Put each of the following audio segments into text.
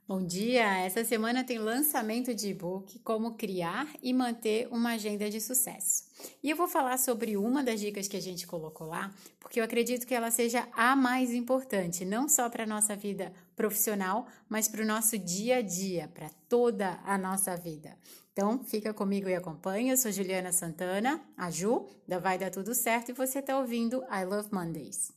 Bom dia! Essa semana tem lançamento de e-book Como Criar e Manter uma Agenda de Sucesso. E eu vou falar sobre uma das dicas que a gente colocou lá, porque eu acredito que ela seja a mais importante, não só para a nossa vida profissional, mas para o nosso dia a dia, para toda a nossa vida. Então, fica comigo e acompanha. Eu sou Juliana Santana, a Ju, da Vai Dar Tudo Certo, e você está ouvindo I Love Mondays.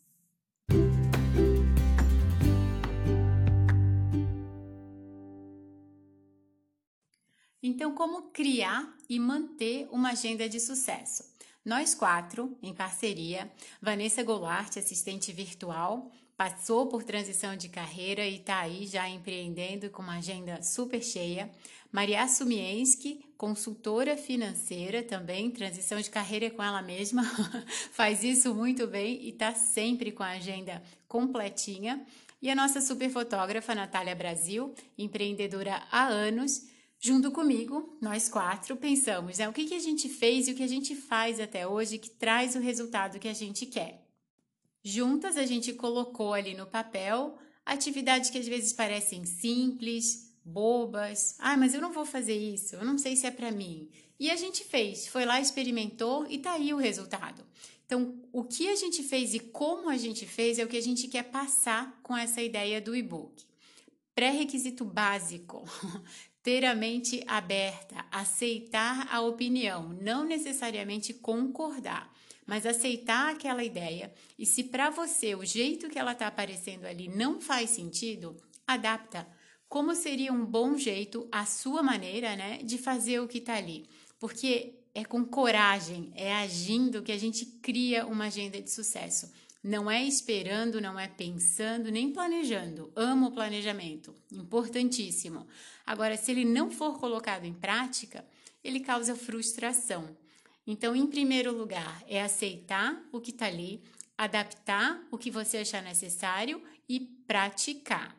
Então, como criar e manter uma agenda de sucesso? Nós quatro, em parceria, Vanessa Goulart, assistente virtual, passou por transição de carreira e está aí já empreendendo com uma agenda super cheia. Maria Sumienski, consultora financeira também, transição de carreira com ela mesma, faz isso muito bem e está sempre com a agenda completinha. E a nossa super fotógrafa, Natália Brasil, empreendedora há anos. Junto comigo, nós quatro pensamos, o que a gente fez e o que a gente faz até hoje que traz o resultado que a gente quer. Juntas, a gente colocou ali no papel atividades que às vezes parecem simples, bobas. Mas eu não vou fazer isso, eu não sei se é para mim. E a gente fez, foi lá, experimentou e tá aí o resultado. Então, o que a gente fez e como a gente fez é o que a gente quer passar com essa ideia do e-book. Pré-requisito básico: ter a mente aberta, aceitar a opinião, não necessariamente concordar, mas aceitar aquela ideia. E se para você o jeito que ela está aparecendo ali não faz sentido, adapta. Como seria um bom jeito, a sua maneira, né, de fazer o que está ali? Porque é com coragem, é agindo que a gente cria uma agenda de sucesso. Não é esperando, não é pensando, nem planejando. Amo o planejamento, importantíssimo. Agora, se ele não for colocado em prática, ele causa frustração. Então, em primeiro lugar, é aceitar o que está ali, adaptar o que você achar necessário e praticar.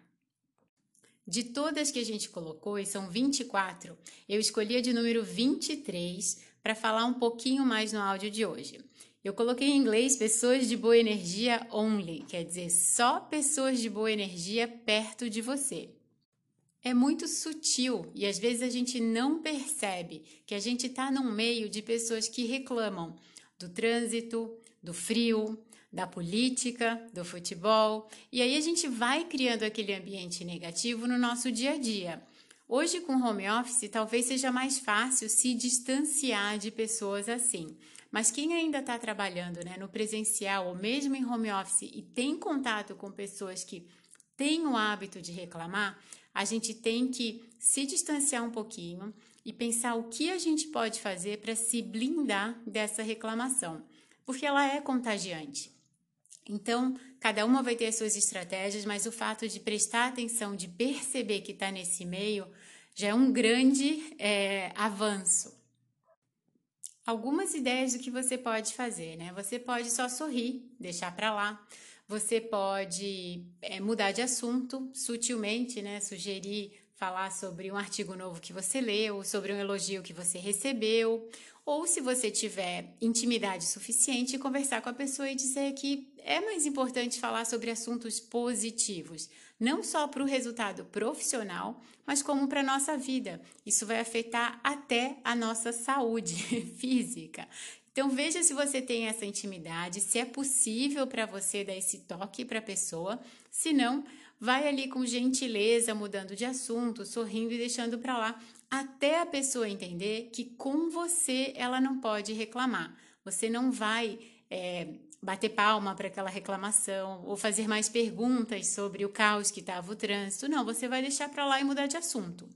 De todas que a gente colocou, e são 24, eu escolhi a de número 23 para falar um pouquinho mais no áudio de hoje. Eu coloquei em inglês pessoas de boa energia only, quer dizer, só pessoas de boa energia perto de você. É muito sutil e às vezes a gente não percebe que a gente está num meio de pessoas que reclamam do trânsito, do frio, da política, do futebol, e aí a gente vai criando aquele ambiente negativo no nosso dia a dia. Hoje, com home office, talvez seja mais fácil se distanciar de pessoas assim. Mas quem ainda está trabalhando, né, no presencial ou mesmo em home office e tem contato com pessoas que têm o hábito de reclamar, a gente tem que se distanciar um pouquinho e pensar o que a gente pode fazer para se blindar dessa reclamação, porque ela é contagiante. Então, cada uma vai ter as suas estratégias, mas o fato de prestar atenção, de perceber que está nesse meio, já é um grande avanço. Algumas ideias do que você pode fazer, né? Você pode só sorrir, deixar para lá. Você pode mudar de assunto sutilmente, né? Sugerir falar sobre um artigo novo que você leu, sobre um elogio que você recebeu, ou se você tiver intimidade suficiente, conversar com a pessoa e dizer que é mais importante falar sobre assuntos positivos, não só para o resultado profissional, mas como para a nossa vida. Isso vai afetar até a nossa saúde física. Então veja se você tem essa intimidade, se é possível para você dar esse toque para a pessoa, se não, vai ali com gentileza, mudando de assunto, sorrindo e deixando para lá, até a pessoa entender que com você ela não pode reclamar. Você não vai bater palma para aquela reclamação ou fazer mais perguntas sobre o caos que estava o trânsito. Não, você vai deixar para lá e mudar de assunto.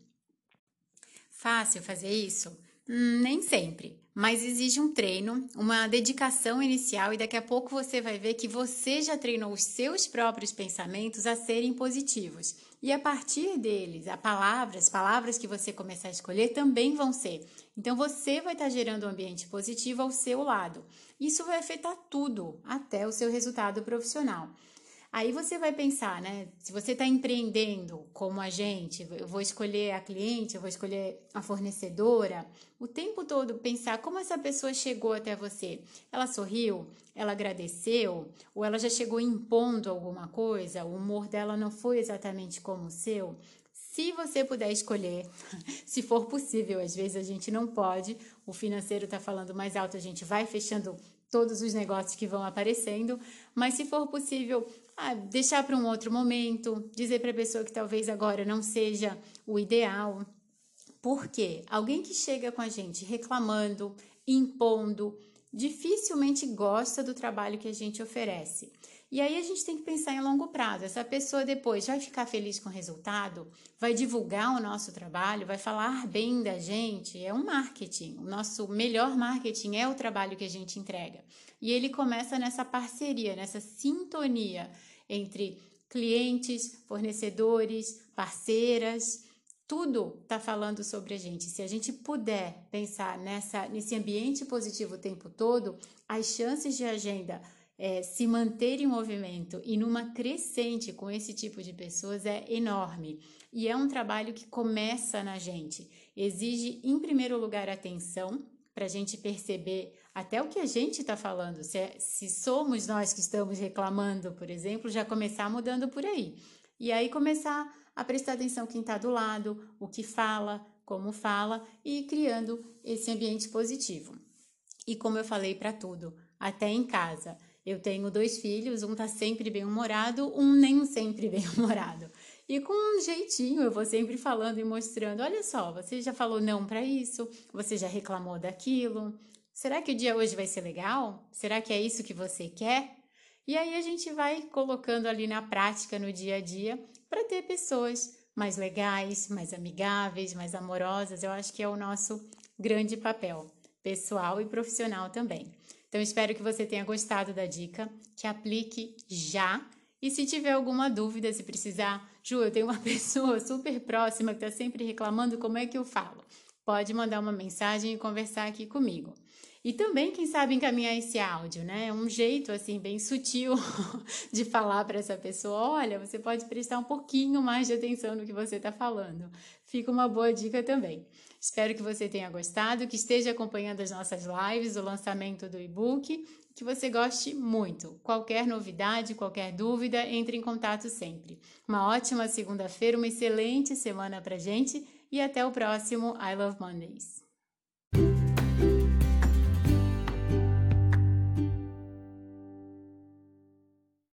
Fácil fazer isso? Nem sempre, mas exige um treino, uma dedicação inicial e daqui a pouco você vai ver que você já treinou os seus próprios pensamentos a serem positivos. E a partir deles, as palavras que você começar a escolher também vão ser. Então você vai estar gerando um ambiente positivo ao seu lado. Isso vai afetar tudo, até o seu resultado profissional. Aí você vai pensar, né? Se você está empreendendo como agente, eu vou escolher a cliente, eu vou escolher a fornecedora, o tempo todo pensar como essa pessoa chegou até você. Ela sorriu? Ela agradeceu? Ou ela já chegou impondo alguma coisa? O humor dela não foi exatamente como o seu? Se você puder escolher, se for possível, às vezes a gente não pode, o financeiro está falando mais alto, a gente vai fechando todos os negócios que vão aparecendo, mas se for possível, deixar para um outro momento, dizer para a pessoa que talvez agora não seja o ideal. Porque alguém que chega com a gente reclamando, impondo, dificilmente gosta do trabalho que a gente oferece. E aí a gente tem que pensar em longo prazo. Essa pessoa depois vai ficar feliz com o resultado, vai divulgar o nosso trabalho, vai falar bem da gente. É um marketing. O nosso melhor marketing é o trabalho que a gente entrega. E ele começa nessa parceria, nessa sintonia entre clientes, fornecedores, parceiras. Tudo está falando sobre a gente. Se a gente puder pensar nesse ambiente positivo o tempo todo, as chances de agenda se manter em movimento e numa crescente com esse tipo de pessoas é enorme. E é um trabalho que começa na gente. Exige, em primeiro lugar, atenção para a gente perceber até o que a gente está falando. Se somos nós que estamos reclamando, por exemplo, já começar mudando por aí. E aí começar a prestar atenção quem está do lado, o que fala, como fala e criando esse ambiente positivo. E como eu falei para tudo, até em casa. Eu tenho 2 filhos, um está sempre bem-humorado, um nem sempre bem-humorado. E com um jeitinho eu vou sempre falando e mostrando, olha só, você já falou não para isso, você já reclamou daquilo, será que o dia hoje vai ser legal? Será que é isso que você quer? E aí a gente vai colocando ali na prática, no dia a dia, para ter pessoas mais legais, mais amigáveis, mais amorosas. Eu acho que é o nosso grande papel, pessoal e profissional também. Então, espero que você tenha gostado da dica, que aplique já. E se tiver alguma dúvida, se precisar, Ju, eu tenho uma pessoa super próxima que está sempre reclamando, como é que eu falo? Pode mandar uma mensagem e conversar aqui comigo. E também, quem sabe, encaminhar esse áudio, né? Um jeito, assim, bem sutil de falar para essa pessoa, olha, você pode prestar um pouquinho mais de atenção no que você está falando. Fica uma boa dica também. Espero que você tenha gostado, que esteja acompanhando as nossas lives, o lançamento do e-book, que você goste muito. Qualquer novidade, qualquer dúvida, entre em contato sempre. Uma ótima segunda-feira, uma excelente semana pra gente e até o próximo I Love Mondays.